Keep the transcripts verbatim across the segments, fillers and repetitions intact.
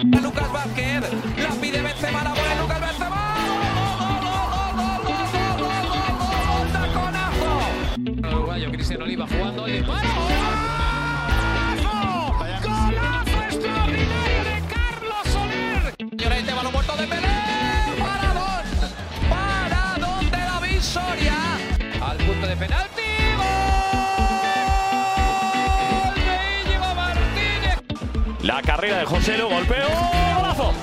Lucas Vázquez, la pide Benzema, la pone Lucas Benzema. ¡Gol! Uruguayo Cristiano Oliva jugando el disparo. ¡Golazo! ¡Golazo extraordinario de Carlos Soler! Llorente, balón muerto de Pelé. ¡Paradón! ¡Paradón de David Soria! Al punto de penalti. La carrera de Joselu, golpeo, golazo.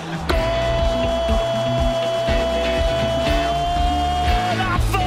Golazo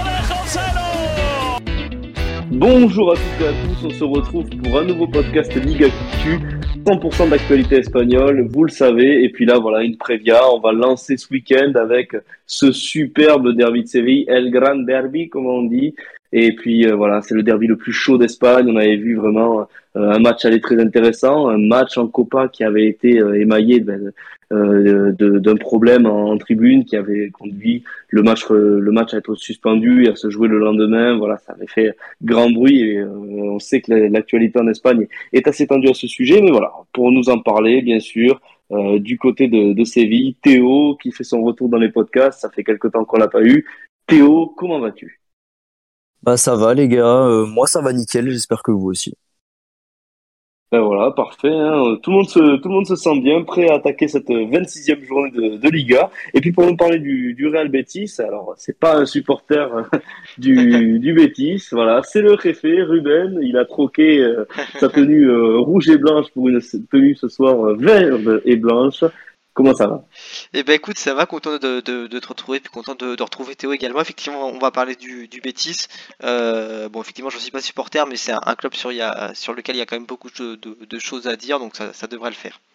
de Joselu. Bonjour à toutes et à tous, on se retrouve pour un nouveau podcast Liga Actu, cent pour cent d'actualité espagnole, vous le savez. Et puis là, voilà, une prévia, on va lancer ce week-end avec ce superbe derby de Séville, El Gran Derby, comme on dit. Et puis euh, voilà, c'est le derby le plus chaud d'Espagne. On avait vu vraiment euh, un match aller très intéressant, un match en Copa qui avait été euh, émaillé de, euh, de, d'un problème en, en tribune qui avait conduit le match le match à être suspendu et à se jouer le lendemain. Voilà, ça avait fait grand bruit et euh, on sait que l'actualité en Espagne est assez tendue à ce sujet. Mais voilà, pour nous en parler, bien sûr, euh, du côté de, de Séville, Théo qui fait son retour dans les podcasts. Ça fait quelque temps qu'on l'a pas eu. Théo, comment vas-tu? Bah ça va les gars, euh, moi ça va nickel, j'espère que vous aussi. Ben voilà, parfait. Hein. Tout le monde se, tout le monde se sent bien, prêt à attaquer cette vingt-sixième journée de, de Liga. Et puis pour nous parler du, du Real Betis, alors c'est pas un supporter du, du Betis, voilà, c'est le réfé Ruben. Il a troqué euh, sa tenue euh, rouge et blanche pour une tenue ce soir euh, verte et blanche. Comment ça va? Eh ben écoute, ça va, content de, de, de te retrouver, puis content de, de retrouver Théo également. Effectivement, on va parler du, du Betis. Euh, bon, effectivement, je ne suis pas supporter, mais c'est un, un club sur, il y a, sur lequel il y a quand même beaucoup de, de, de choses à dire, donc ça, ça devrait le faire.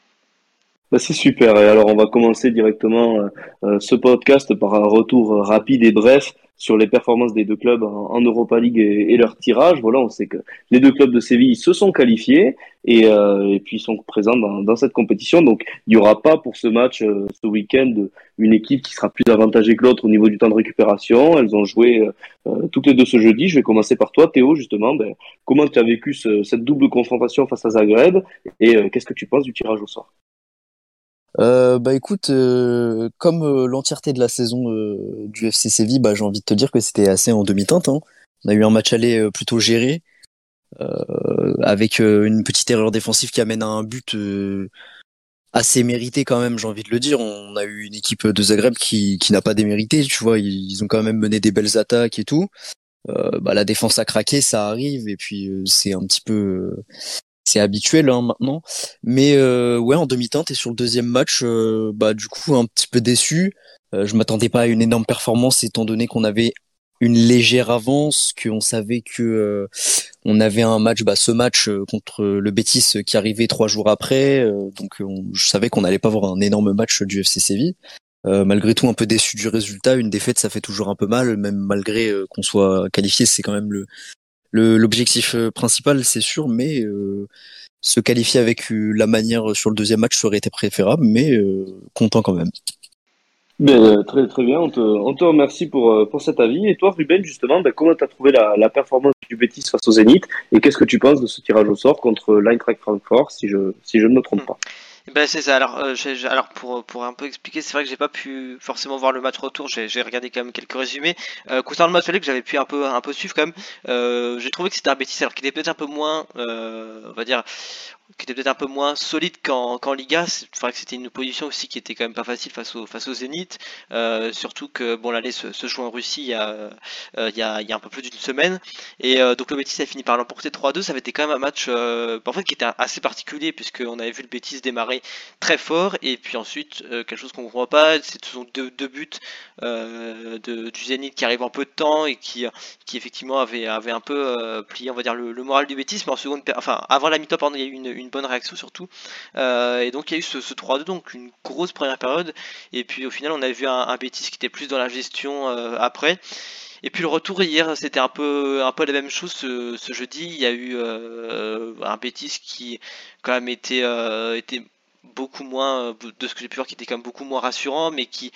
Bah c'est super. Et alors, on va commencer directement euh, ce podcast par un retour rapide et bref sur les performances des deux clubs en, en Europa League et, et leur tirage. Voilà, on sait que les deux clubs de Séville se sont qualifiés et, euh, et puis sont présents dans, dans cette compétition. Donc, il n'y aura pas pour ce match, euh, ce week-end, une équipe qui sera plus avantagée que l'autre au niveau du temps de récupération. Elles ont joué euh, toutes les deux ce jeudi. Je vais commencer par toi, Théo, justement. Ben, comment tu as vécu ce, cette double confrontation face à Zagreb et euh, qu'est-ce que tu penses du tirage au sort? Euh, bah écoute, euh, comme euh, l'entièreté de la saison euh, du F C Séville, bah j'ai envie de te dire que c'était assez en demi-teinte. Hein. On a eu un match aller euh, plutôt géré, euh, avec euh, une petite erreur défensive qui amène à un but euh, assez mérité quand même, j'ai envie de le dire. On a eu une équipe de Zagreb qui, qui n'a pas démérité, tu vois, ils, ils ont quand même mené des belles attaques et tout. Euh, bah la défense a craqué, ça arrive, et puis euh, c'est un petit peu... Euh, c'est habituel hein, maintenant, mais euh, ouais en demi-teinte et sur le deuxième match, euh, bah du coup un petit peu déçu. Euh, je m'attendais pas à une énorme performance étant donné qu'on avait une légère avance, qu'on savait que euh, on avait un match, bah ce match euh, contre le Betis euh, qui arrivait trois jours après, euh, donc on, je savais qu'on n'allait pas avoir un énorme match du F C Séville. Euh, malgré tout un peu déçu du résultat, une défaite ça fait toujours un peu mal, même malgré euh, qu'on soit qualifié, c'est quand même le Le, l'objectif principal, c'est sûr, mais euh, se qualifier avec euh, la manière sur le deuxième match serait été préférable, mais euh, content quand même. Ben, très très bien, on te, on te remercie pour, pour cet avis. Et toi, Ruben, justement, ben, comment tu as trouvé la, la performance du Betis face au Zénith et qu'est-ce que tu penses de ce tirage au sort contre l'Eintracht Francfort, si je, si je ne me trompe pas? Ben c'est ça. Alors, euh, j'ai, alors pour pour un peu expliquer, c'est vrai que j'ai pas pu forcément voir le match retour. J'ai, j'ai regardé quand même quelques résumés. Euh, concernant le match aller que j'avais pu un peu un peu suivre quand même. Euh, j'ai trouvé que c'était un Betis alors qu'il était peut-être un peu moins, euh, on va dire, qui était peut-être un peu moins solide qu'en, qu'en Liga. C'est vrai que c'était une position aussi qui était quand même pas facile face au face au Zénith. Euh, surtout que bon l'aller se, se joue en Russie il y a euh, il y a il y a un peu plus d'une semaine. Et euh, donc le Betis a fini par l'emporter trois deux. Ça avait été quand même un match euh, en fait qui était assez particulier puisqu'on avait vu le Betis démarrer très fort et puis ensuite euh, quelque chose qu'on ne comprend pas, c'est ce sont deux, deux buts euh, de, du Zénith qui arrivent en peu de temps et qui, qui effectivement avait, avait un peu euh, plié on va dire le, le moral du Betis, mais en seconde, enfin avant la mi-temps pardon, il y a eu une, une bonne réaction surtout euh, et donc il y a eu ce, ce trois deux, donc une grosse première période et puis au final on a vu un, un Betis qui était plus dans la gestion euh, après. Et puis le retour hier, c'était un peu un peu la même chose ce, ce jeudi. Il y a eu euh, un Betis qui quand même était euh, était beaucoup moins, de ce que j'ai pu voir, qui était quand même beaucoup moins rassurant, mais qui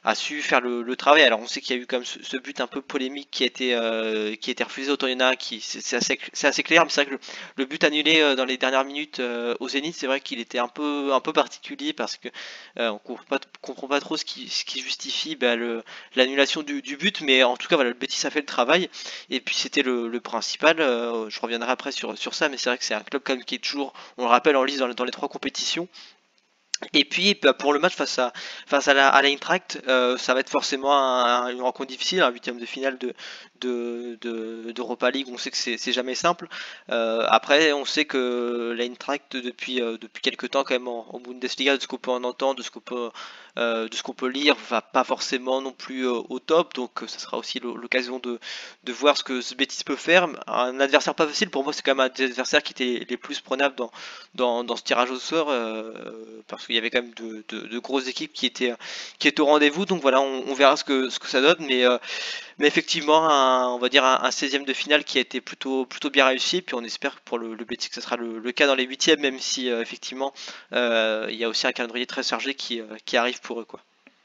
a su faire le, le travail. Alors on sait qu'il y a eu quand même ce, ce but un peu polémique qui a été euh, qui a été refusé. Autant il y en a un qui c'est, c'est assez c'est assez clair, mais c'est vrai que le, le but annulé euh, dans les dernières minutes euh, au Zénith, c'est vrai qu'il était un peu un peu particulier parce que euh, on comprend pas comprend pas trop ce qui ce qui justifie bah, le l'annulation du, du but, mais en tout cas voilà, le Betis a fait le travail et puis c'était le, le principal. Euh, je reviendrai après sur sur ça, mais c'est vrai que c'est un club quand même qui est toujours, on le rappelle, en lice dans, dans les trois compétitions. Et puis bah, pour le match face à face à la à l'Eintracht, euh, ça va être forcément un, une rencontre difficile, un huitième de finale de de, de d'Europa League. On sait que c'est, c'est jamais simple. Euh, après, on sait que l'Eintracht depuis euh, depuis quelques temps quand même en, en Bundesliga, de ce qu'on peut en entendre, de ce qu'on peut euh, de ce qu'on peut lire, va pas forcément non plus euh, au top. Donc, euh, ça sera aussi l'occasion de de voir ce que ce Betis peut faire. Un adversaire pas facile pour moi, c'est quand même un des adversaires qui était les plus prenables dans dans dans ce tirage au sort, euh, parce qu'il y avait quand même de, de, de grosses équipes qui étaient qui étaient au rendez-vous. Donc voilà, on, on verra ce que ce que ça donne, mais euh, mais effectivement, un, on va dire un, un seizième de finale qui a été plutôt plutôt bien réussi. Puis on espère que pour le, le Betis que ce sera le, le cas dans les huitièmes, même si euh, effectivement euh, il y a aussi un calendrier très chargé qui euh, qui arrive pour eux, quoi.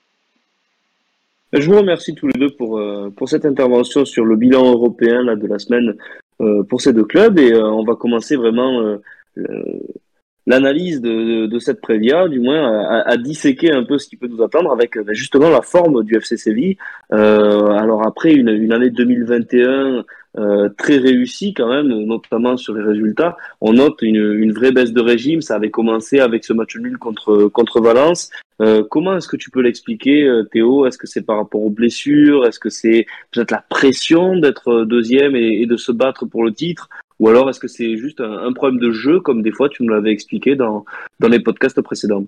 Je vous remercie tous les deux pour euh, pour cette intervention sur le bilan européen là de la semaine euh, pour ces deux clubs, et euh, on va commencer vraiment euh, le- l'analyse de, de, de cette Previa, du moins à, à disséquer un peu ce qui peut nous attendre avec euh, justement la forme du F C Séville. Euh, alors après une, une année deux mille vingt et un euh, très réussie quand même, notamment sur les résultats, on note une, une vraie baisse de régime. Ça avait commencé avec ce match nul contre contre Valence. Euh, comment est-ce que tu peux l'expliquer, euh, Théo? Est-ce que c'est par rapport aux blessures? Est-ce que c'est peut-être la pression d'être deuxième et, et de se battre pour le titre? Ou alors est-ce que c'est juste un, un problème de jeu, comme des fois tu me l'avais expliqué dans, dans les podcasts précédents?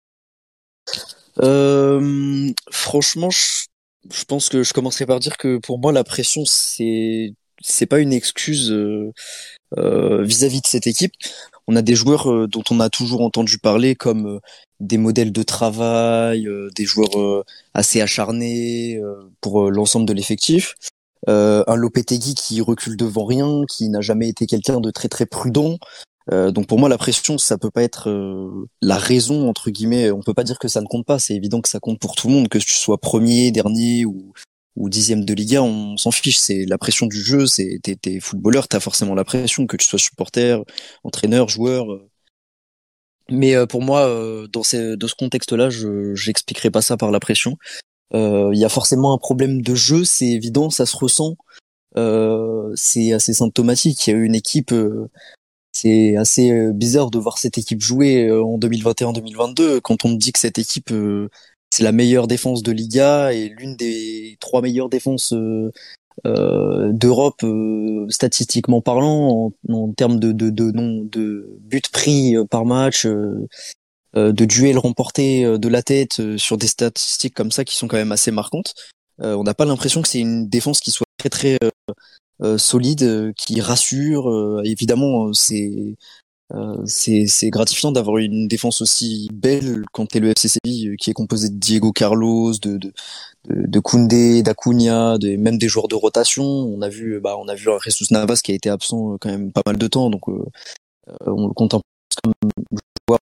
Euh, franchement, je, je pense que je commencerai par dire que pour moi, la pression, c'est c'est pas une excuse euh, euh, vis-à-vis de cette équipe. On a des joueurs euh, dont on a toujours entendu parler comme euh, des modèles de travail, euh, des joueurs euh, assez acharnés euh, pour euh, l'ensemble de l'effectif. Euh, un Lopetegui qui recule devant rien, qui n'a jamais été quelqu'un de très très prudent. Euh, donc pour moi, la pression, ça peut pas être euh, la raison entre guillemets. On peut pas dire que ça ne compte pas. C'est évident que ça compte pour tout le monde, que tu sois premier, dernier ou ou dixième de Liga, on s'en fiche. C'est la pression du jeu. C'est t'es, t'es footballeur, t'as forcément la pression, que tu sois supporter, entraîneur, joueur. euh. Mais euh, pour moi, euh, dans ce, dans ce contexte-là, je j'expliquerai pas ça par la pression. Euh, Il y a forcément un problème de jeu, c'est évident, ça se ressent. Euh, c'est assez symptomatique. Il y a eu une équipe. euh, C'est assez euh, bizarre de voir cette équipe jouer euh, en deux mille vingt et un deux mille vingt-deux quand on me dit que cette équipe euh, c'est la meilleure défense de Liga et l'une des trois meilleures défenses euh, euh, d'Europe euh, statistiquement parlant en, en termes de de de, non, de buts pris euh, par match, euh, euh, de duels remportés euh, de la tête euh, sur des statistiques comme ça qui sont quand même assez marquantes. Euh, on n'a pas l'impression que c'est une défense qui soit très très euh, euh, solide, euh, qui rassure. Euh, évidemment, euh, c'est euh, c'est c'est gratifiant d'avoir une défense aussi belle quand t'es le F C Séville, euh, qui est composé de Diego Carlos, de de de, de Koundé, d'Acuna, de, même des joueurs de rotation. On a vu, bah, on a vu un Jesus Navas qui a été absent euh, quand même pas mal de temps, donc euh, on le compte un peu comme joueur.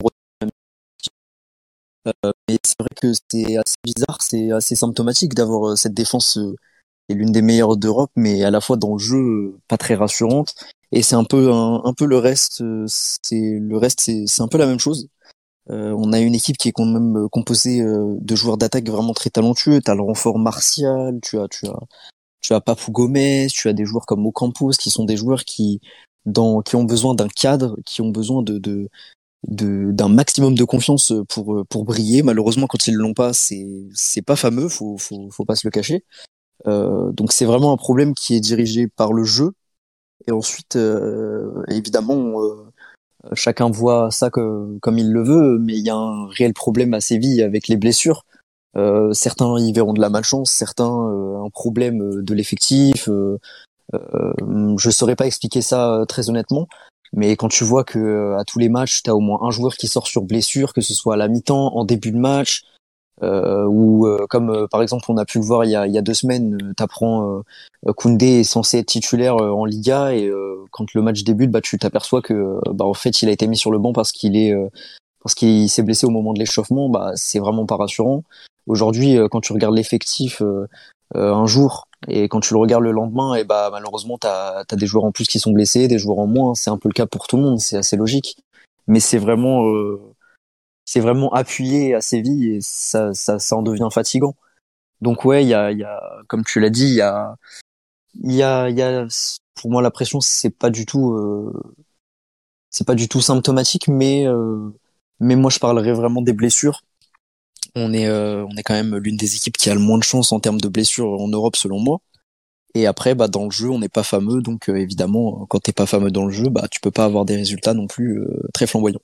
Euh, mais c'est vrai que c'est assez bizarre, c'est assez symptomatique d'avoir euh, cette défense euh, qui est l'une des meilleures d'Europe, mais à la fois dans le jeu euh, pas très rassurante. Et c'est un peu un, un peu le reste, euh, c'est le reste, c'est c'est un peu la même chose. Euh, on a une équipe qui est quand même euh, composée euh, de joueurs d'attaque vraiment très talentueux. T'as le renfort Martial, tu as tu as tu as Papou Gomez, tu as des joueurs comme Ocampos qui sont des joueurs qui dans qui ont besoin d'un cadre, qui ont besoin de de de d'un maximum de confiance pour pour briller. Malheureusement, quand ils l'ont pas, c'est c'est pas fameux, faut faut faut pas se le cacher. Euh, donc c'est vraiment un problème qui est dirigé par le jeu. Et ensuite, euh, évidemment, euh, chacun voit ça que, comme il le veut, mais il y a un réel problème à Séville avec les blessures. Euh, certains y verront de la malchance, certains euh, un problème de l'effectif. Euh, euh, je saurais pas expliquer ça euh, très honnêtement, mais quand tu vois que euh, à tous les matchs, t'as au moins un joueur qui sort sur blessure, que ce soit à la mi-temps, en début de match, euh, ou euh, comme euh, par exemple on a pu le voir il y a, il y a deux semaines, euh, t'apprends euh, Koundé est censé être titulaire euh, en Liga et euh, quand le match débute, bah tu t'aperçois que euh, bah en fait il a été mis sur le banc parce qu'il est euh, parce qu'il s'est blessé au moment de l'échauffement. Bah c'est vraiment pas rassurant. Aujourd'hui, euh, quand tu regardes l'effectif euh, euh, un jour et quand tu le regardes le lendemain, et bah malheureusement t'as t'as des joueurs en plus qui sont blessés, des joueurs en moins. C'est un peu le cas pour tout le monde, c'est assez logique. Mais c'est vraiment euh, c'est vraiment appuyé à Séville et ça ça ça en devient fatigant. Donc ouais, il y a il y a comme tu l'as dit, il y a il y a il y a pour moi la pression c'est pas du tout euh, c'est pas du tout symptomatique, mais euh, mais moi je parlerais vraiment des blessures. On est euh, on est quand même l'une des équipes qui a le moins de chance en termes de blessures en Europe selon moi. Et après bah dans le jeu on n'est pas fameux, donc euh, évidemment quand t'es pas fameux dans le jeu bah tu peux pas avoir des résultats non plus euh, très flamboyants.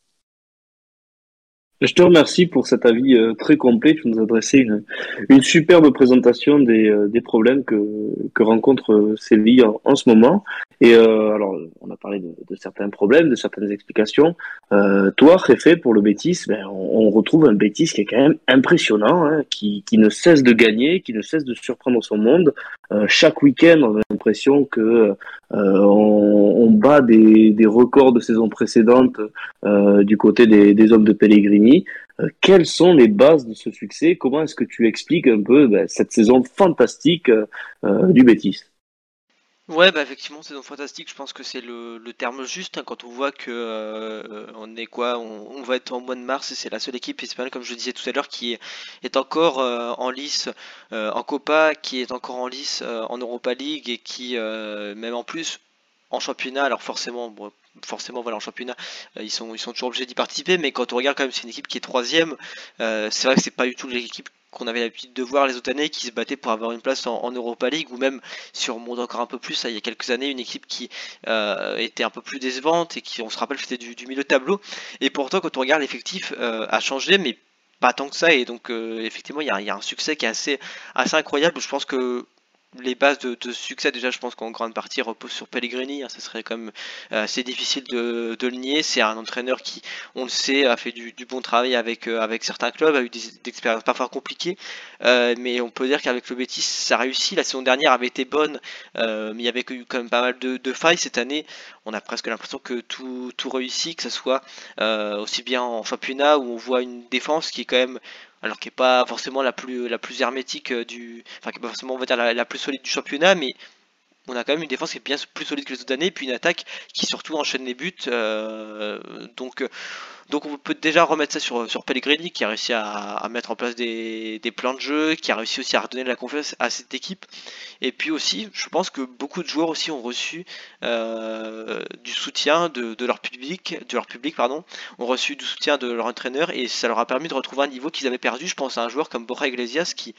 Je te remercie pour cet avis euh, très complet. Tu nous as dressé une, une superbe présentation des, euh, des problèmes que, que rencontre euh, Séville en, en ce moment. Et euh, alors, on a parlé de, de certains problèmes, de certaines explications. Euh, toi, Réfé, pour le Betis, ben, on, on retrouve un Betis qui est quand même impressionnant, hein, qui, qui ne cesse de gagner, qui ne cesse de surprendre son monde. Euh, chaque week-end, on a l'impression que euh, on, on bat des, des records de saison précédentes euh, du côté des, des hommes de Pellegrini. Euh, quelles sont les bases de ce succès? Comment est-ce que tu expliques un peu ben, cette saison fantastique euh, du Betis? Ouais, bah effectivement, saison fantastique, je pense que c'est le, le terme juste, hein, quand on voit que euh, on est quoi, on, on va être en mois de mars et c'est la seule équipe espagnole, comme je le disais tout à l'heure, qui est, est encore euh, en lice euh, en Copa, qui est encore en lice euh, en Europa League et qui, euh, même en plus, en championnat, alors forcément, bon, forcément voilà en championnat euh, ils sont ils sont toujours obligés d'y participer, mais quand on regarde quand même c'est une équipe qui est troisième, euh, c'est vrai que c'est pas du tout l'équipe qu'on avait l'habitude de voir les autres années qui se battait pour avoir une place en, en Europa League, ou même si on remonte encore un peu plus ça, il y a quelques années une équipe qui euh, était un peu plus décevante et qui on se rappelle faisait du, du milieu de tableau, et pourtant quand on regarde l'effectif euh, a changé mais pas tant que ça, et donc euh, effectivement il y, a, il y a un succès qui est assez, assez incroyable. Je pense que les bases de, de succès, déjà, je pense qu'en grande partie reposent sur Pellegrini. Hein, ça serait quand même euh, assez difficile de, de le nier. C'est un entraîneur qui, on le sait, a fait du, du bon travail avec, euh, avec certains clubs, a eu des, des expériences parfois compliquées. Euh, mais on peut dire qu'avec le Betis, ça réussit. La saison dernière avait été bonne, euh, mais il y avait eu quand même pas mal de, de failles. Cette année, on a presque l'impression que tout, tout réussit, que ce soit euh, aussi bien en championnat, où on voit une défense qui est quand même, alors qui est pas forcément la plus la plus hermétique du, enfin qui est pas forcément on va dire la, la plus solide du championnat, mais on a quand même une défense qui est bien plus solide que les autres années, puis une attaque qui surtout enchaîne les buts. Euh, donc donc on peut déjà remettre ça sur, sur Pellegrini, qui a réussi à, à mettre en place des, des plans de jeu, qui a réussi aussi à redonner de la confiance à cette équipe. Et puis aussi, je pense que beaucoup de joueurs aussi ont reçu euh, du soutien de, de leur public, de leur public pardon, ont reçu du soutien de leur entraîneur, et ça leur a permis de retrouver un niveau qu'ils avaient perdu. Je pense à un joueur comme Borja Iglesias qui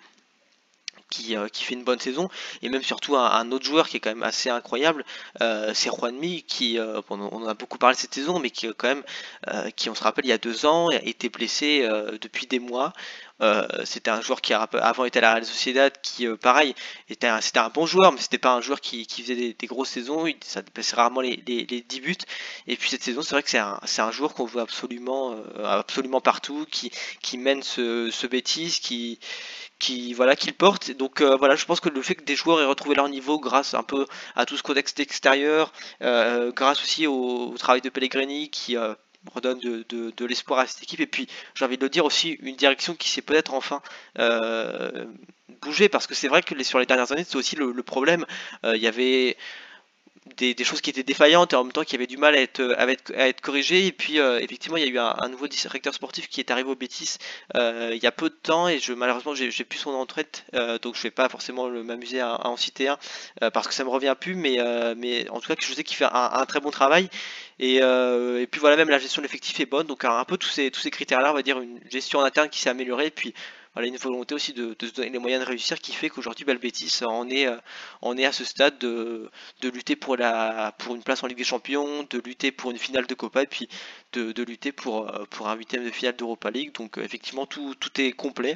Qui, euh, qui fait une bonne saison, et même surtout un, un autre joueur qui est quand même assez incroyable, euh, c'est Juanmi, qui euh, on en a beaucoup parlé cette saison, mais qui est quand même euh, qui, on se rappelle, il y a deux ans a été blessé euh, depuis des mois. Euh, c'était un joueur qui a, avant était à la Real Sociedad, qui euh, pareil était un, c'était un bon joueur, mais c'était pas un joueur qui, qui faisait des, des grosses saisons, il, ça dépassait rarement les, les, les dix buts. Et puis cette saison, c'est vrai que c'est un, c'est un joueur qu'on voit absolument euh, absolument partout, qui, qui mène ce, ce Betis, qui qui voilà qu'il porte. Donc euh, voilà, je pense que le fait que des joueurs aient retrouvé leur niveau grâce un peu à tout ce contexte extérieur, euh, grâce aussi au, au travail de Pellegrini qui euh, redonne de, de, de l'espoir à cette équipe, et puis j'ai envie de le dire aussi, une direction qui s'est peut-être enfin euh, bougée, parce que c'est vrai que les, sur les dernières années c'est aussi le, le problème. Euh, il y avait des, des choses qui étaient défaillantes et en même temps qui avaient du mal à être, à être, à être corrigées. Et puis euh, effectivement il y a eu un, un nouveau directeur sportif qui est arrivé au Betis euh, il y a peu de temps, et je, malheureusement j'ai, j'ai plus son nom en tête, euh, donc je vais pas forcément le, m'amuser à, à en citer un euh, parce que ça me revient plus, mais, euh, mais en tout cas je sais qu'il fait un, un très bon travail. Et, euh, et puis voilà, même la gestion de l'effectif est bonne, donc un peu tous ces, tous ces critères là, on va dire une gestion interne qui s'est améliorée, et puis voilà, une volonté aussi de, de se donner les moyens de réussir, qui fait qu'aujourd'hui bah, le Betis on est, on est à ce stade de, de lutter pour, la, pour une place en Ligue des Champions, de lutter pour une finale de Copa, et puis de, de lutter pour, pour un huitième de finale d'Europa League. Donc effectivement tout, tout est complet.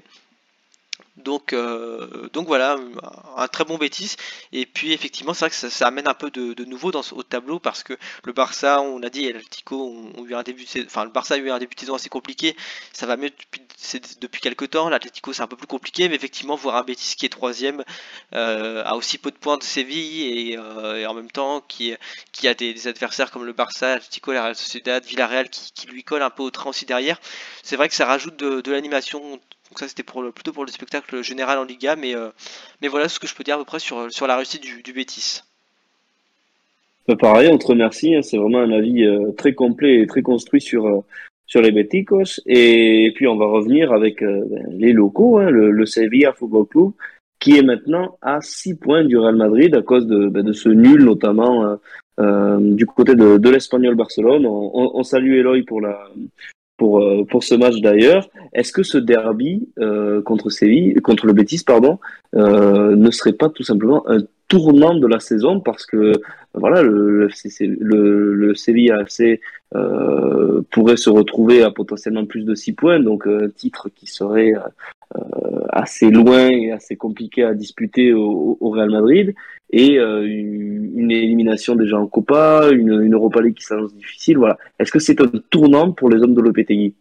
Donc, euh, donc voilà, un très bon Betis. Et puis effectivement, c'est vrai que ça, ça amène un peu de, de nouveau dans ce haut tableau, parce que le Barça, on a dit, et l'Atlético ont, ont eu un début de saison, enfin le Barça a eu un début de saison assez compliqué. Ça va mieux depuis, depuis quelques temps. L'Atlético c'est un peu plus compliqué, mais effectivement voir un Betis qui est troisième, euh, à aussi peu de points de Séville, et, euh, et en même temps qui, qui a des, des adversaires comme le Barça, l'Atlético, la Real Sociedad, Villarreal qui, qui lui colle un peu au train aussi derrière. C'est vrai que ça rajoute de, de l'animation Donc ça c'était pour le, plutôt pour le spectacle général en Liga, mais, euh, mais voilà ce que je peux dire à peu près sur, sur la réussite du, du Betis. Bah, pareil, on te remercie, hein, c'est vraiment un avis euh, très complet et très construit sur euh, sur les Beticos. Et puis on va revenir avec euh, ben, les locaux, hein, le, le Sevilla Football Club, qui est maintenant à six points du Real Madrid à cause de, ben, de ce nul, notamment euh, euh, du côté de, de l'Espagnol Barcelone. On, on, on salue Eloy pour la pour euh, pour ce match d'ailleurs. Est-ce que ce derby euh, contre Séville, contre le Betis, pardon, euh, ne serait pas tout simplement un tournant de la saison parce que voilà le le, F C C le, le Séville F C euh, pourrait se retrouver à potentiellement plus de six points, donc un titre qui serait euh, assez loin et assez compliqué à disputer au, au Real Madrid, et euh, une élimination déjà en Copa, une, une Europa League qui s'annonce difficile. Voilà. Est-ce que c'est un tournant pour les hommes de Lopetegui?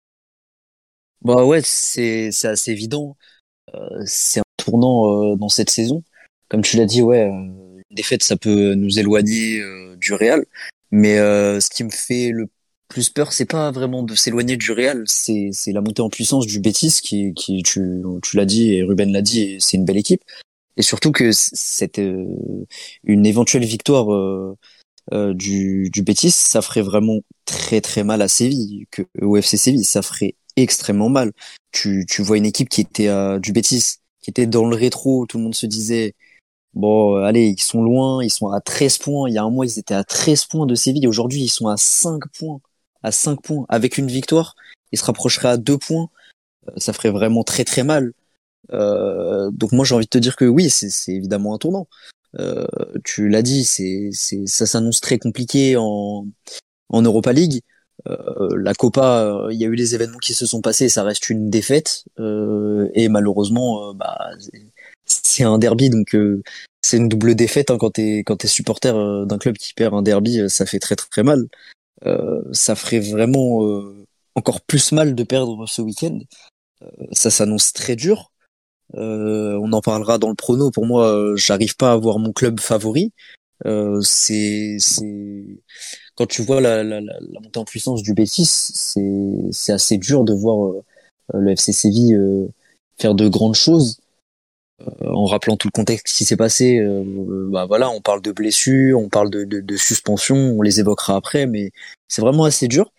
Bah ouais, c'est c'est assez évident. Euh, c'est un tournant euh, dans cette saison. Comme tu l'as dit, ouais, euh, une défaite, ça peut nous éloigner euh, du Real. Mais euh, ce qui me fait le plus peur, c'est pas vraiment de s'éloigner du Real, c'est c'est la montée en puissance du Betis, qui qui tu tu l'as dit et Ruben l'a dit, et c'est une belle équipe. Et surtout que cette euh, une éventuelle victoire euh, euh, du du Betis, ça ferait vraiment très très mal à Séville, que au F C Séville, ça ferait extrêmement mal. Tu tu vois une équipe qui était à, du Betis, qui était dans le rétro, tout le monde se disait bon, euh, allez, ils sont loin, ils sont à treize points. Il y a un mois, ils étaient à treize points de Séville. Aujourd'hui, ils sont à cinq points. À cinq points. Avec une victoire, ils se rapprocheraient à deux points. Euh, Ça ferait vraiment très très mal. Euh, donc moi, j'ai envie de te dire que oui, c'est c'est évidemment un tournant. Euh, tu l'as dit, c'est c'est ça s'annonce très compliqué en en Europa League. Euh, la Copa, euh, il y a eu les événements qui se sont passés, ça reste une défaite, euh, et malheureusement, euh, bah, c'est c'est un derby, donc euh, c'est une double défaite, hein, quand t'es quand t'es supporter euh, d'un club qui perd un derby, euh, ça fait très très mal. Euh, ça ferait vraiment euh, encore plus mal de perdre ce week-end. Ça s'annonce très dur. Euh, on en parlera dans le prono. Pour moi, euh, j'arrive pas à voir mon club favori. Euh, c'est c'est quand tu vois la, la, la, la montée en puissance du Betis, c'est c'est assez dur de voir euh, le F C Séville euh, faire de grandes choses. Euh, en rappelant tout le contexte qui s'est passé, euh, bah voilà, on parle de blessures, on parle de, de, de suspensions, on les évoquera après, mais c'est vraiment assez dur.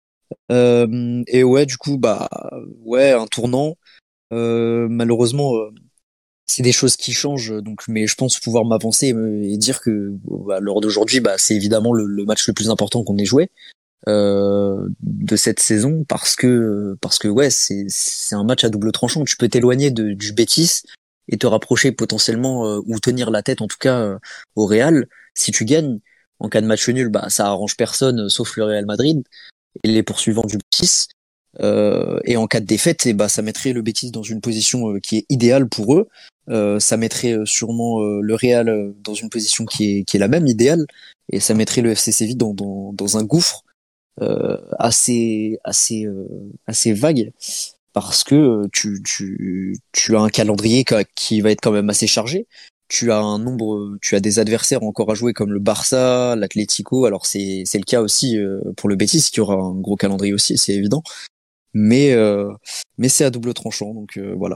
Euh, et ouais, du coup, bah ouais, un tournant. Euh, malheureusement, euh, c'est des choses qui changent, donc, mais je pense pouvoir m'avancer et, me- et dire que bah, lors d'aujourd'hui, bah c'est évidemment le, le match le plus important qu'on ait joué euh, de cette saison, parce que parce que ouais, c'est c'est un match à double tranchant. Tu peux t'éloigner de, du Betis et te rapprocher potentiellement, euh, ou tenir la tête en tout cas, euh, au Real si tu gagnes. En cas de match nul, bah ça arrange personne, euh, sauf le Real Madrid et les poursuivants du Betis. Euh, et en cas de défaite, et bah ça mettrait le Betis dans une position euh, qui est idéale pour eux. Euh, ça mettrait euh, sûrement euh, le Real euh, dans une position qui est qui est la même, idéale, et ça mettrait le F C Séville dans dans, dans un gouffre euh, assez assez euh, assez vague, parce que euh, tu tu tu as un calendrier qui qui va être quand même assez chargé. Tu as un nombre, tu as des adversaires encore à jouer comme le Barça, l'Atlético. Alors c'est c'est le cas aussi euh, pour le Betis, qui aura un gros calendrier aussi, c'est évident. Mais euh, mais c'est à double tranchant, donc euh, voilà.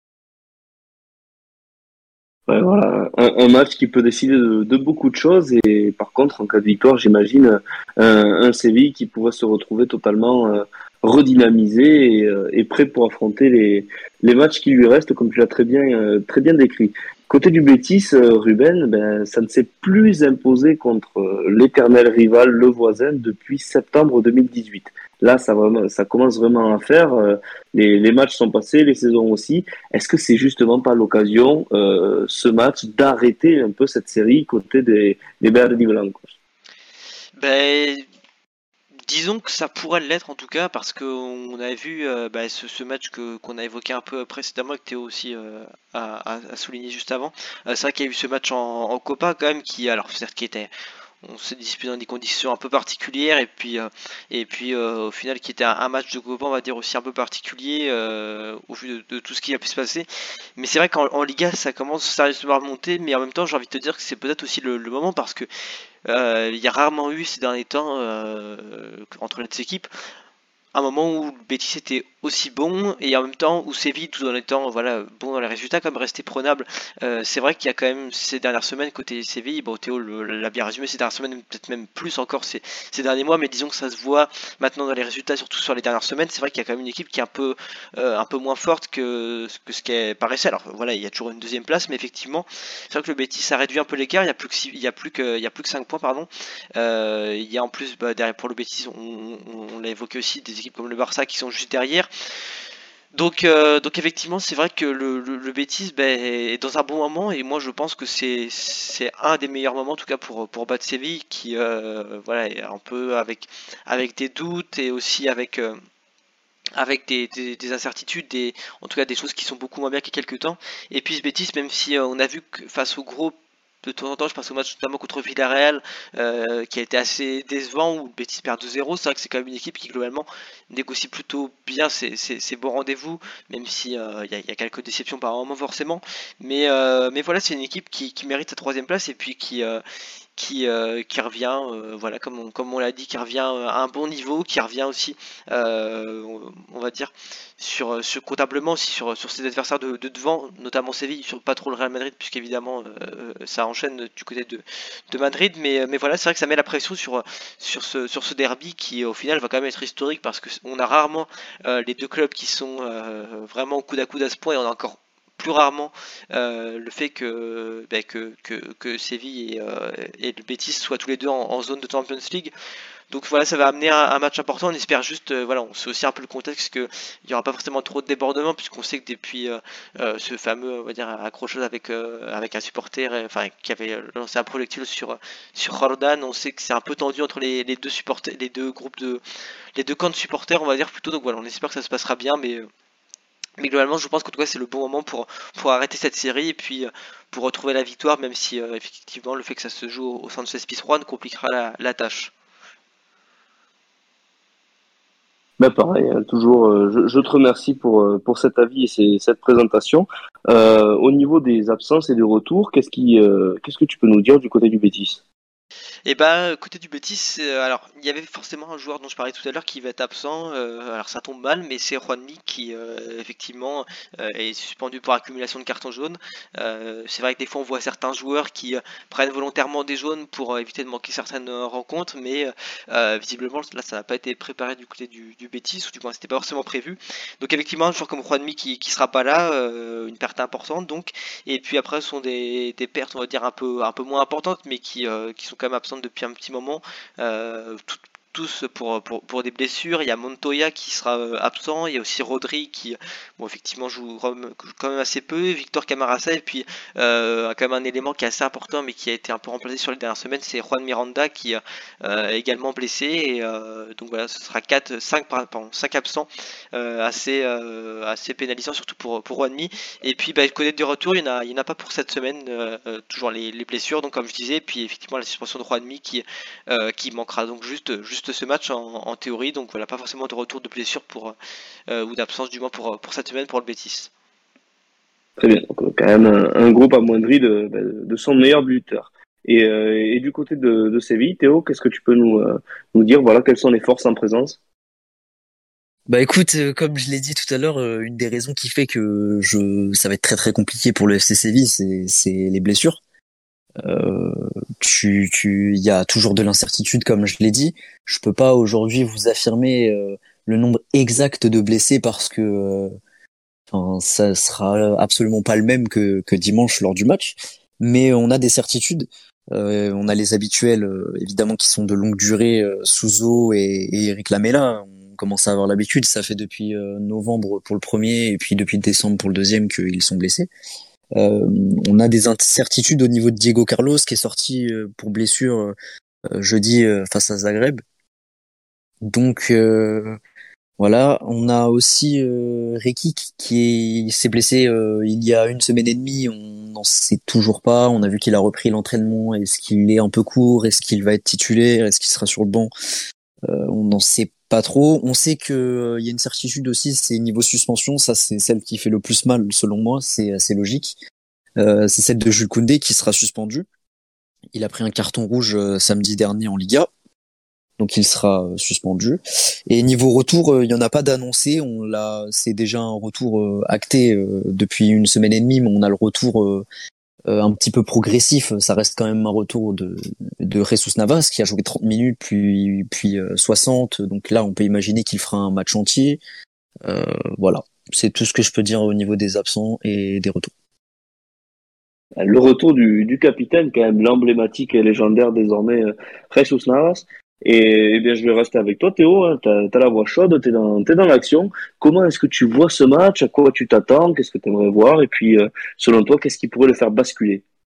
Ouais, voilà, un, un match qui peut décider de, de beaucoup de choses, et par contre, en cas de victoire, j'imagine un, un Séville qui pourrait se retrouver totalement euh, redynamisé et, euh, et prêt pour affronter les, les matchs qui lui restent, comme tu l'as très bien, euh, très bien décrit. Côté du Betis, euh, Ruben, ben, ça ne s'est plus imposé contre euh, l'éternel rival, le voisin, depuis septembre deux mille dix-huit. Là, ça, vraiment, ça commence vraiment à faire. euh, les, les matchs sont passés, les saisons aussi. Est-ce que c'est justement pas l'occasion, euh, ce match, d'arrêter un peu cette série côté des, des Verdi Blancos? Ben, disons que ça pourrait l'être en tout cas, parce qu'on avait vu euh, bah, ce, ce match que qu'on a évoqué un peu précédemment, et que Théo aussi euh, a, a- a souligné juste avant. Euh, c'est vrai qu'il y a eu ce match en, en Copa quand même, qui, alors certes, qui était, on s'est disputé dans des conditions un peu particulières, et puis euh, et puis euh, au final qui était un, un match de Copa, on va dire, aussi un peu particulier euh, au vu de, de tout ce qui a pu se passer. Mais c'est vrai qu'en en Liga ça commence sérieusement à remonter, mais en même temps j'ai envie de te dire que c'est peut-être aussi le, le moment, parce que euh, il y a rarement eu ces derniers temps, euh, entre les deux équipes, un moment où le Betis était aussi bon et en même temps où Séville, tout en étant voilà bon dans les résultats, comme resté prenable. Euh, c'est vrai qu'il y a quand même ces dernières semaines côté Séville, bon Théo l'a bien résumé, ces dernières semaines, peut-être même plus encore ces, ces derniers mois, mais disons que ça se voit maintenant dans les résultats, surtout sur les dernières semaines. C'est vrai qu'il y a quand même une équipe qui est un peu euh, un peu moins forte que, que ce qu'elle paraissait. Alors voilà, il y a toujours une deuxième place, mais effectivement, c'est vrai que le Betis a réduit un peu l'écart. Il y a plus que six, il y a plus que il y a plus que cinq points, pardon. Euh, il y a en plus bah, derrière pour le Betis, on, on, on l'a évoqué aussi, des équipes comme le Barça qui sont juste derrière. Donc, euh, donc effectivement, c'est vrai que le, le, le Betis ben, est dans un bon moment et moi je pense que c'est c'est un des meilleurs moments en tout cas pour pour battre Séville qui euh, voilà est un peu avec avec des doutes et aussi avec euh, avec des, des, des incertitudes, des, en tout cas des choses qui sont beaucoup moins bien qu'il y a quelques temps. Et puis ce Betis, même si euh, on a vu que face au gros de temps en temps, je pense au match notamment contre Villarreal, euh, qui a été assez décevant, où le Betis perd deux zéro. C'est vrai que c'est quand même une équipe qui globalement négocie plutôt bien ses, ses, ses bons rendez-vous, même si il euh, y, y a quelques déceptions par moment forcément. Mais, euh, mais voilà, c'est une équipe qui, qui mérite sa troisième place et puis qui, euh, qui, euh, qui revient, euh, voilà, comme on, comme on l'a dit, qui revient à un bon niveau, qui revient aussi, euh, on va dire, sur, sur comptablement aussi sur, sur ses adversaires de, de devant, notamment Séville, sur pas trop le Real Madrid, puisqu'évidemment euh, ça enchaîne du côté de, de Madrid, mais, mais voilà, c'est vrai que ça met la pression sur, sur, ce, sur ce derby qui au final va quand même être historique parce qu'on a rarement euh, les deux clubs qui sont euh, vraiment coude à coude à ce point et on a encore plus rarement euh, le fait que, bah, que, que, que Séville et, euh, et le Betis soient tous les deux en, en zone de Champions League. Donc voilà, ça va amener un, un match important. On espère juste, euh, voilà, on sait aussi un peu le contexte qu'il n'y aura pas forcément trop de débordements puisqu'on sait que depuis euh, euh, ce fameux, on va dire, accrochage avec euh, avec un supporter, euh, enfin qui avait lancé un projectile sur sur Jordan, on sait que c'est un peu tendu entre les, les deux supporters, les deux groupes de, les deux camps de supporters, on va dire plutôt. Donc voilà, on espère que ça se passera bien, mais euh, mais globalement, je pense qu'en tout cas, c'est le bon moment pour, pour arrêter cette série et puis euh, pour retrouver la victoire, même si euh, effectivement le fait que ça se joue au, au Sánchez Pizjuán compliquera la, la tâche. Ben pareil, hein, toujours, euh, je, je te remercie pour, euh, pour cet avis et ces- cette présentation. Euh, au niveau des absences et des retours, qu'est-ce qui, euh, qu'est-ce que tu peux nous dire du côté du Betis? Et bah côté du Betis, euh, alors il y avait forcément un joueur dont je parlais tout à l'heure qui va être absent. Euh, alors ça tombe mal, mais c'est Juanmi qui euh, effectivement euh, est suspendu pour accumulation de cartons jaunes. Euh, c'est vrai que des fois on voit certains joueurs qui euh, prennent volontairement des jaunes pour euh, éviter de manquer certaines euh, rencontres, mais euh, visiblement là ça n'a pas été préparé du côté du, du Betis, ou du moins c'était pas forcément prévu. Donc effectivement un joueur comme Juanmi qui, qui sera pas là, euh, une perte importante donc. Et puis après ce sont des, des pertes on va dire un peu un peu moins importantes, mais qui, euh, qui sont quand même absentes depuis un petit moment, euh, tout, tous pour, pour, pour des blessures. Il y a Montoya qui sera euh, absent, il y a aussi Rodri qui bon effectivement joue quand même assez peu, Victor Camarasa, et puis euh, quand même un élément qui est assez important mais qui a été un peu remplacé sur les dernières semaines, c'est Juan Miranda qui euh, est également blessé, et euh, donc voilà, ce sera quatre, cinq, pardon, cinq absents, euh, assez, euh, assez pénalisant surtout pour, pour Juanmi. Et puis bah, le côté du retour, il n'y en, en a pas pour cette semaine, euh, toujours les, les blessures, donc comme je disais, puis effectivement la suspension de Juanmi qui, euh, qui manquera donc juste, juste ce match en, en théorie, donc voilà, pas forcément de retour de blessure pour, euh, ou d'absence du moins pour, pour cette semaine pour le Betis. Très bien, donc quand même un, un groupe amoindri de, de son meilleur buteur. Et, euh, et du côté de, de Séville, Théo, qu'est-ce que tu peux nous, euh, nous dire, voilà, quelles sont les forces en présence? Bah écoute, euh, comme je l'ai dit tout à l'heure, euh, une des raisons qui fait que je, ça va être très très compliqué pour le F C Séville, c'est, c'est les blessures. Euh, tu, tu, il y a toujours de l'incertitude, comme je l'ai dit. Je peux pas aujourd'hui vous affirmer euh, le nombre exact de blessés parce que, euh, enfin, ça sera absolument pas le même que, que dimanche lors du match. Mais on a des certitudes. Euh, on a les habituels, euh, évidemment, qui sont de longue durée, euh, Souzo et, et Eric Lamela. On commence à avoir l'habitude. Ça fait depuis euh, novembre pour le premier et puis depuis décembre pour le deuxième qu'ils sont blessés. Euh, on a des incertitudes au niveau de Diego Carlos qui est sorti euh, pour blessure euh, jeudi euh, face à Zagreb. Donc euh, voilà, on a aussi euh, Rekic qui est, s'est blessé euh, il y a une semaine et demie. On n'en sait toujours pas. On a vu qu'il a repris l'entraînement. Est-ce qu'il est un peu court? Est-ce qu'il va être titulaire? Est-ce qu'il sera sur le banc? euh, On n'en sait pas trop. On sait que euh, il y a une certitude aussi, c'est niveau suspension. Ça, c'est celle qui fait le plus mal selon moi. C'est assez logique. Euh, c'est celle de Jules Koundé qui sera suspendu. Il a pris un carton rouge euh, samedi dernier en Liga. donc il sera euh, suspendu. Et niveau retour, euh, il y en a pas d'annoncé. On l'a, c'est déjà un retour euh, acté euh, depuis une semaine et demie, mais on a le retour euh, euh, un petit peu progressif. Ça reste quand même un retour de de Jesus Navas qui a joué trente minutes, puis puis euh, soixante. Donc là, on peut imaginer qu'il fera un match entier. Euh, voilà, c'est tout ce que je peux dire au niveau des absents et des retours. Le retour du, du capitaine, quand même l'emblématique et légendaire désormais, euh, Jesus Navas. Et, eh bien, je vais rester avec toi, Théo. Hein. T'as, t'as la voix chaude, t'es dans, t'es dans l'action. Comment est-ce que tu vois ce match? À quoi tu t'attends? Qu'est-ce que tu aimerais voir? Et puis, euh, selon toi, qu'est-ce qui pourrait le faire basculer?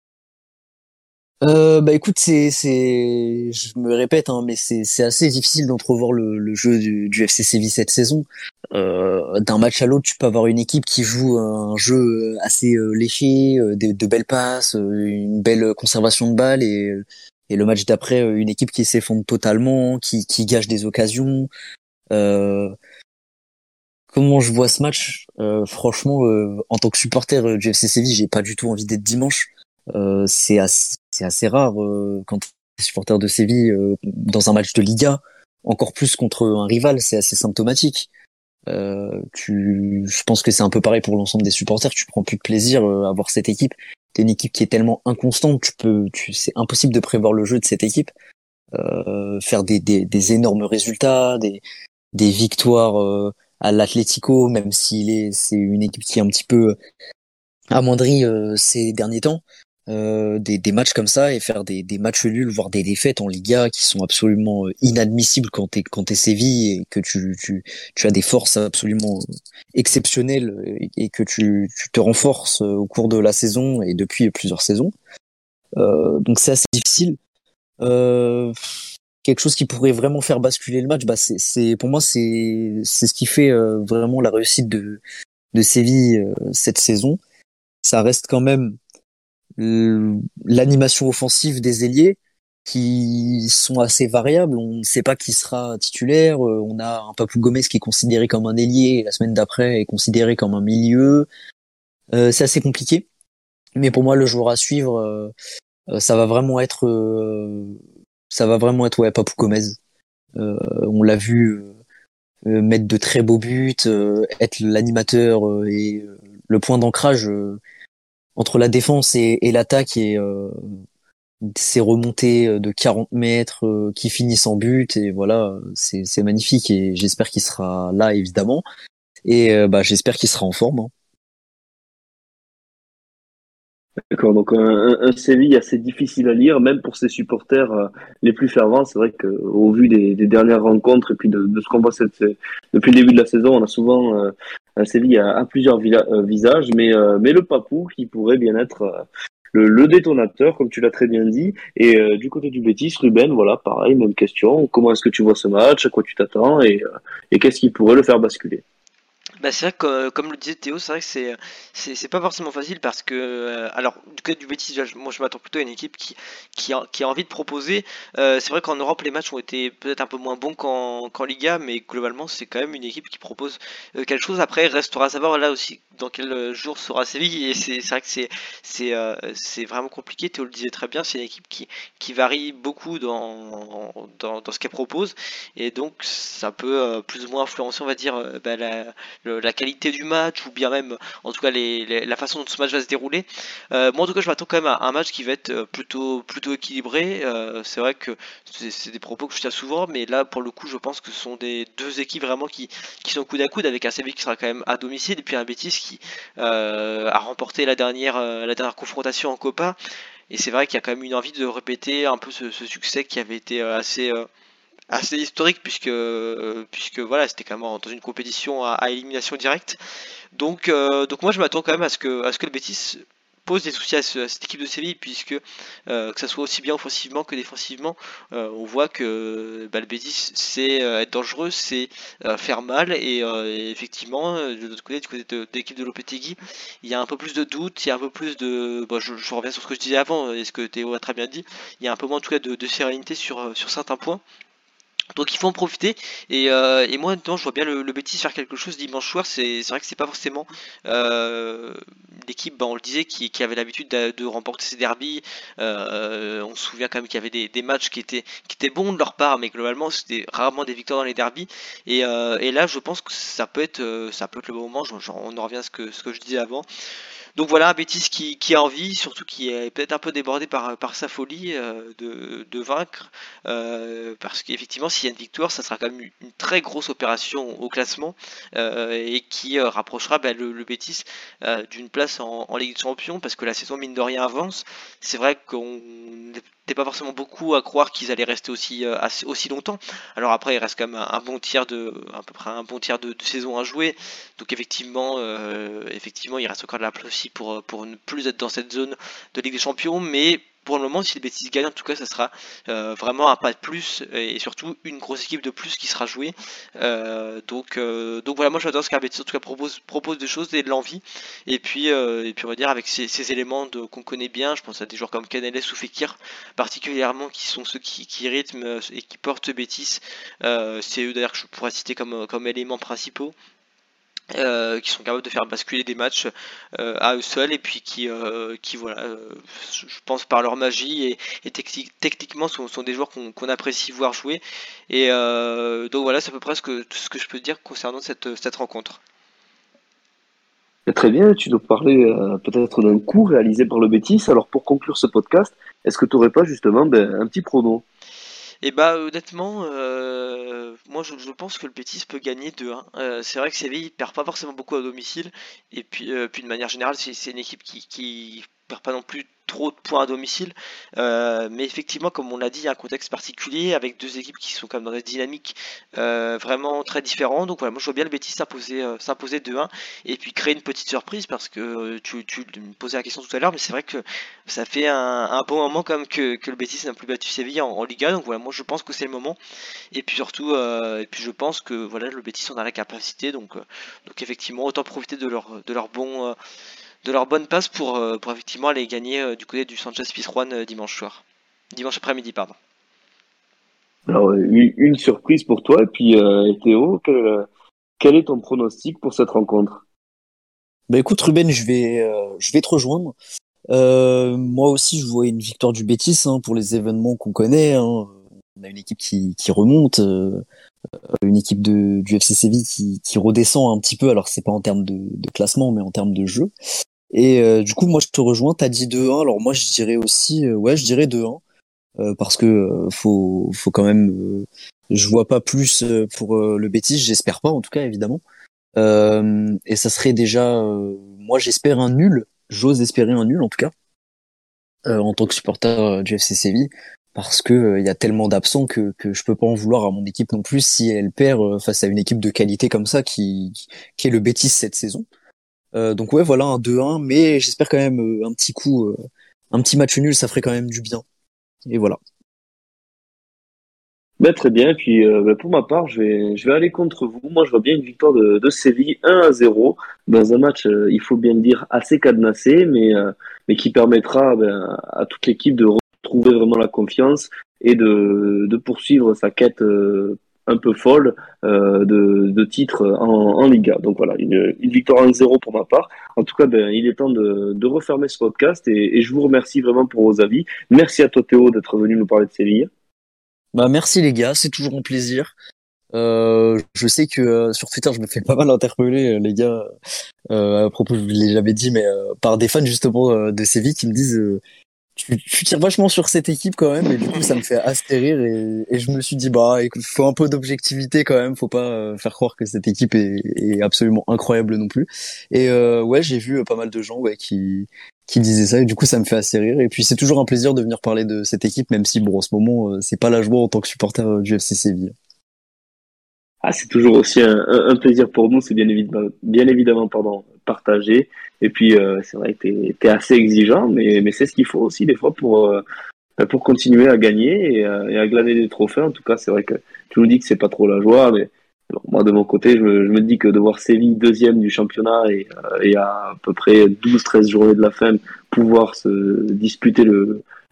Euh, bah écoute, c'est c'est, je me répète, hein, mais c'est c'est assez difficile d'entrevoir le, le jeu du, du F C Séville cette saison. Euh, d'un match à l'autre, tu peux avoir une équipe qui joue un jeu assez euh, léché, euh, de, de belles passes, euh, une belle conservation de balles, et et le match d'après, euh, une équipe qui s'effondre totalement, qui qui gâche des occasions. Euh, Comment je vois ce match? Euh, franchement, euh, en tant que supporter euh, du F C Séville, j'ai pas du tout envie d'être dimanche. Euh, c'est assez, c'est assez rare euh, quand tu es supporter de Séville euh, dans un match de Liga, encore plus contre un rival, c'est assez symptomatique. Euh, tu, je pense que c'est un peu pareil pour l'ensemble des supporters. Tu prends plus de plaisir euh, à voir cette équipe. T'es une équipe qui est tellement inconstante, tu peux, tu, c'est impossible de prévoir le jeu de cette équipe. Euh, faire des, des, des énormes résultats, des, des victoires euh, à l'Atlético, même s'il est, c'est une équipe qui est un petit peu amoindrie euh, ces derniers temps. Euh, des, des matchs comme ça et faire des, des matchs nuls, voire des défaites en Liga qui sont absolument euh, inadmissibles quand t'es quand t'es Séville et que tu, tu tu as des forces absolument exceptionnelles et, et que tu, tu te renforces euh, au cours de la saison et depuis plusieurs saisons. Euh, donc c'est assez difficile. Euh, quelque chose qui pourrait vraiment faire basculer le match, bah c'est c'est pour moi c'est c'est ce qui fait euh, vraiment la réussite de de Séville euh, cette saison. Ça reste quand même l'animation offensive des ailiers qui sont assez variables. On ne sait pas qui sera titulaire. On a un Papou Gomez qui est considéré comme un ailier et la semaine d'après est considéré comme un milieu. Euh, c'est assez compliqué. Mais pour moi, le joueur à suivre, euh, ça va vraiment être, euh, ça va vraiment être ouais, Papou Gomez. Euh, on l'a vu euh, mettre de très beaux buts, euh, être l'animateur euh, et euh, le point d'ancrage euh, entre la défense et, et l'attaque et euh, ces remontées de quarante mètres euh, qui finissent en but et voilà, c'est c'est magnifique et j'espère qu'il sera là évidemment et euh, bah j'espère qu'il sera en forme. Hein. D'accord, donc un, un, un Séville assez difficile à lire, même pour ses supporters euh, les plus fervents. C'est vrai qu'au vu des, des dernières rencontres et puis de, de ce qu'on voit cette, depuis le début de la saison, on a souvent euh, un Séville à, à plusieurs vila- euh, visages, mais, euh, mais le Papou qui pourrait bien être euh, le, le détonateur, comme tu l'as très bien dit. Et euh, du côté du Betis, Ruben, voilà, pareil, même question. Comment est-ce que tu vois ce match? À quoi tu t'attends? Et, euh, et qu'est-ce qui pourrait le faire basculer? Bah c'est vrai que euh, comme le disait Théo, c'est vrai que c'est c'est c'est pas forcément facile parce que euh, alors du côté du Betis, déjà, je- moi je m'attends plutôt à une équipe qui qui a, qui a envie de proposer. Euh, c'est vrai qu'en Europe les matchs ont été peut-être un peu moins bons qu'en qu'en Liga, mais globalement c'est quand même une équipe qui propose euh, quelque chose. Après restera à savoir là aussi dans quel euh, jour sera Séville et c'est c'est vrai que c'est c'est euh, c'est vraiment compliqué. Théo le disait très bien, c'est une équipe qui qui varie beaucoup dans dans, dans ce qu'elle propose et donc ça peut euh, plus ou moins influencer on va dire euh, bah, la le- la qualité du match ou bien même en tout cas les, les- la façon dont ce match va se dérouler. Euh, moi en tout cas je m'attends quand même à un match qui va être euh, plutôt plutôt équilibré. Euh, c'est vrai que c'est c'est des propos que je tiens souvent, mais là pour le coup je pense que ce sont des deux équipes vraiment qui, qui sont coude à coude avec un Séville qui sera quand même à domicile et puis un Betis qui euh, a remporté la dernière euh, la dernière confrontation en Copa. Et c'est vrai qu'il y a quand même une envie de répéter un peu ce, ce succès qui avait été euh, assez euh, assez historique puisque euh, puisque voilà c'était quand même dans une compétition à, à élimination directe donc euh, donc moi je m'attends quand même à ce que à ce que le Betis pose des soucis à, ce- à cette équipe de Séville puisque euh, que ça soit aussi bien offensivement que défensivement euh, on voit que bah, le Betis c'est euh, être dangereux c'est euh, faire mal et, euh, et effectivement euh, de l'autre côté du côté de, de l'équipe de Lopetegui il y a un peu plus de doute il y a un peu plus de bon, je, je reviens sur ce que je disais avant et ce que Théo a très bien dit il y a un peu moins en tout cas de, de sérénité sur, sur certains points Donc il faut en profiter et, euh, et moi honnêtement je vois bien le, le Betis faire quelque chose dimanche soir. C'est, c'est vrai que c'est pas forcément euh, l'équipe, bah, on le disait, qui, qui avait l'habitude de, de remporter ses derbies. Euh, on se souvient quand même qu'il y avait des, des matchs qui étaient, qui étaient bons de leur part, mais globalement c'était rarement des victoires dans les derbies. Et, euh, et là je pense que ça peut être, euh, ça peut être le bon moment. Genre, genre, on en revient à ce que, ce que je disais avant. Donc voilà, un Betis qui, qui a envie, surtout qui est peut-être un peu débordé par, par sa folie euh, de, de vaincre, euh, parce qu'effectivement s'il y a une victoire, ça sera quand même une très grosse opération au classement, euh, et qui euh, rapprochera bah, le, le Betis euh, d'une place en, en Ligue des Champions, parce que la saison mine de rien avance. C'est vrai qu'on n'était pas forcément beaucoup à croire qu'ils allaient rester aussi, euh, assez- aussi longtemps. Alors après il reste quand même un, un bon tiers de, à peu près un bon tiers de, de saison à jouer. Donc effectivement, euh, effectivement, il reste encore de la place aussi pour, pour ne plus être dans cette zone de Ligue des Champions, mais pour le moment, si les Betis gagnent, en tout cas, ça sera euh, vraiment un pas de plus et surtout une grosse équipe de plus qui sera jouée. Euh, donc, euh, donc voilà, moi j'adore ce qu'un Betis en tout cas propose, propose des choses et de l'envie. Et puis, euh, et puis on va dire avec ces, ces éléments de, qu'on connaît bien, je pense à des joueurs comme Canales ou Fekir particulièrement qui sont ceux qui, qui rythment et qui portent Betis. Euh, c'est eux d'ailleurs que je pourrais citer comme, comme éléments principaux. Euh, qui sont capables de faire basculer des matchs euh, à eux seuls et puis qui, euh, qui voilà, euh, je pense par leur magie et, et techni- techniquement sont, sont des joueurs qu'on, qu'on apprécie voir jouer. Et euh, donc voilà, c'est à peu près ce que, tout ce que je peux dire concernant cette, cette rencontre. Très bien, tu dois parler euh, peut-être d'un coup réalisé par le Betis. Alors pour conclure ce podcast, est-ce que tu n'aurais pas justement ben, un petit prono? Et bah honnêtement, euh, moi je, je pense que le Betis peut gagner deux un. Euh, c'est vrai que Séville perd pas forcément beaucoup à domicile, et puis, euh, puis de manière générale c'est, c'est une équipe qui, qui perd pas non plus trop de points à domicile. Euh, mais effectivement, comme on l'a dit, il y a un contexte particulier avec deux équipes qui sont quand même dans des dynamiques euh, vraiment très différentes. Donc voilà, moi je vois bien le Betis s'imposer, euh, s'imposer deux un et puis créer une petite surprise parce que euh, tu, tu me posais la question tout à l'heure, mais c'est vrai que ça fait un, un bon moment quand même que, que le Betis n'a plus battu Séville en, en Liga. Donc voilà, moi je pense que c'est le moment. Et puis surtout, euh, et puis je pense que voilà, le Betis en a la capacité. Donc, euh, donc effectivement, autant profiter de leur, de leur bon, euh, de leur bonne passe pour, euh, pour effectivement aller gagner euh, du côté du Sanchez Pizjuan euh, dimanche soir. Dimanche après-midi, pardon. Alors, euh, une, une surprise pour toi. Et puis, euh, Théo, quel, quel est ton pronostic pour cette rencontre? Bah écoute Ruben, je vais, euh, je vais te rejoindre. Euh, moi aussi, je vois une victoire du Betis hein, pour les événements qu'on connaît. Hein. On a une équipe qui, qui remonte, euh, une équipe de, du F C Séville qui, qui redescend un petit peu. Alors c'est pas en termes de, de classement, mais en termes de jeu. Et euh, du coup, moi je te rejoins. T'as dit deux un. Alors moi je dirais aussi, euh, ouais, je dirais deux un euh, parce que euh, faut, faut quand même. Euh, je vois pas plus euh, pour euh, le Betis. J'espère pas, en tout cas évidemment. Euh, et ça serait déjà, euh, moi j'espère un nul. J'ose espérer un nul en tout cas. Euh, en tant que supporter euh, du F C Séville parce que euh, il y a tellement d'absents que que je peux pas en vouloir à mon équipe non plus si elle perd euh, face à une équipe de qualité comme ça qui qui est le Betis cette saison. Euh, donc ouais voilà un deux un mais j'espère quand même euh, un petit coup euh, un petit match nul ça ferait quand même du bien. Et voilà. Ben, très bien. Et puis, euh, ben, pour ma part, je vais, je vais aller contre vous. Moi, je vois bien une victoire de, de Séville un à zéro dans un match, euh, il faut bien le dire, assez cadenassé, mais, euh, mais qui permettra ben, à toute l'équipe de retrouver vraiment la confiance et de, de poursuivre sa quête euh, un peu folle euh, de, de titre en, en Liga. Donc voilà, une, une victoire un zéro pour ma part. En tout cas, ben, il est temps de, de refermer ce podcast et, et je vous remercie vraiment pour vos avis. Merci à toi, Théo, d'être venu nous parler de Séville. Bah merci les gars, c'est toujours un plaisir. Euh, je sais que euh, sur Twitter je me fais pas mal interpeller euh, les gars euh, à propos, je vous l'ai jamais dit, mais euh, par des fans justement euh, de Séville qui me disent euh, tu, tu tires vachement sur cette équipe quand même et du coup ça me fait assez rire et, et je me suis dit bah écoute faut un peu d'objectivité quand même, faut pas euh, faire croire que cette équipe est, est absolument incroyable non plus. Et euh, ouais j'ai vu euh, pas mal de gens ouais qui qui disaient ça et du coup ça me fait assez rire et puis c'est toujours un plaisir de venir parler de cette équipe même si bon en ce moment euh, c'est pas la joie en tant que supporter euh, du F C Séville. Ah, c'est toujours aussi un, un- un plaisir pour nous, c'est bien évidemment, bien évidemment pardon, partagé. Et puis, euh, c'est vrai que t'es, t'es assez exigeant, mais, mais c'est ce qu'il faut aussi des fois pour, euh, pour continuer à gagner et, euh, et à glaner des trophées. En tout cas, c'est vrai que tu nous dis que c'est pas trop la joie, mais alors, moi, de mon côté, je me, je me dis que de voir Séville deuxième du championnat et, euh, et à, à peu près douze treize journées de la fin, pouvoir se disputer le,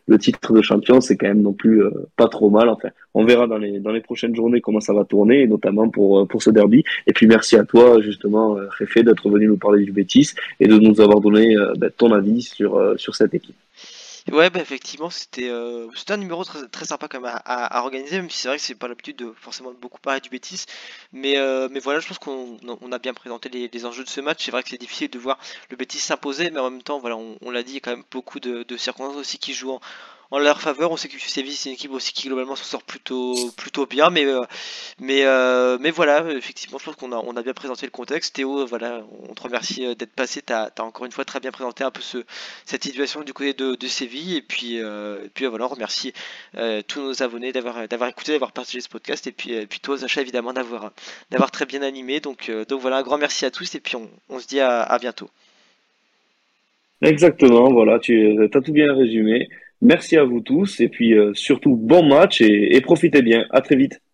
le titre de champion, c'est quand même non plus euh, pas trop mal. Enfin, on verra dans les dans les prochaines journées comment ça va tourner, et notamment pour euh, pour ce derby. Et puis merci à toi justement, euh, Réfé, d'être venu nous parler du Betis et de nous avoir donné euh, ben, ton avis sur euh, sur cette équipe. Ouais, bah effectivement, c'était euh, c'était un numéro très, très sympa quand même à, à- à organiser, même si c'est vrai que c'est pas l'habitude de forcément de beaucoup parler du Betis. Mais, euh, mais voilà, je pense qu'on on a bien présenté les, les enjeux de ce match. C'est vrai que c'est difficile de voir le Betis s'imposer, mais en même temps, voilà, on, on l'a dit, il y a quand même beaucoup de, de circonstances aussi qui jouent en, en leur faveur. On sait que Séville, c'est une équipe aussi qui globalement s'en sort plutôt, plutôt bien, mais, euh, mais, euh, mais voilà, effectivement, je pense qu'on a, on a bien présenté le contexte. Théo, voilà, on te remercie euh, d'être passé. T'as, t'as encore une fois très bien présenté un peu ce, cette situation du côté de, de Séville. Et puis, euh, et puis euh, voilà, on remercie euh, tous nos abonnés d'avoir, d'avoir écouté, d'avoir partagé ce podcast. Et puis, euh, puis toi, Sacha, évidemment, d'avoir, d'avoir très bien animé. Donc, euh, donc voilà, un grand merci à tous. Et puis, on, on se dit à, à bientôt. Exactement, voilà, tu as tout bien résumé. Merci à vous tous et puis euh, surtout bon match et, et profitez bien. À très vite.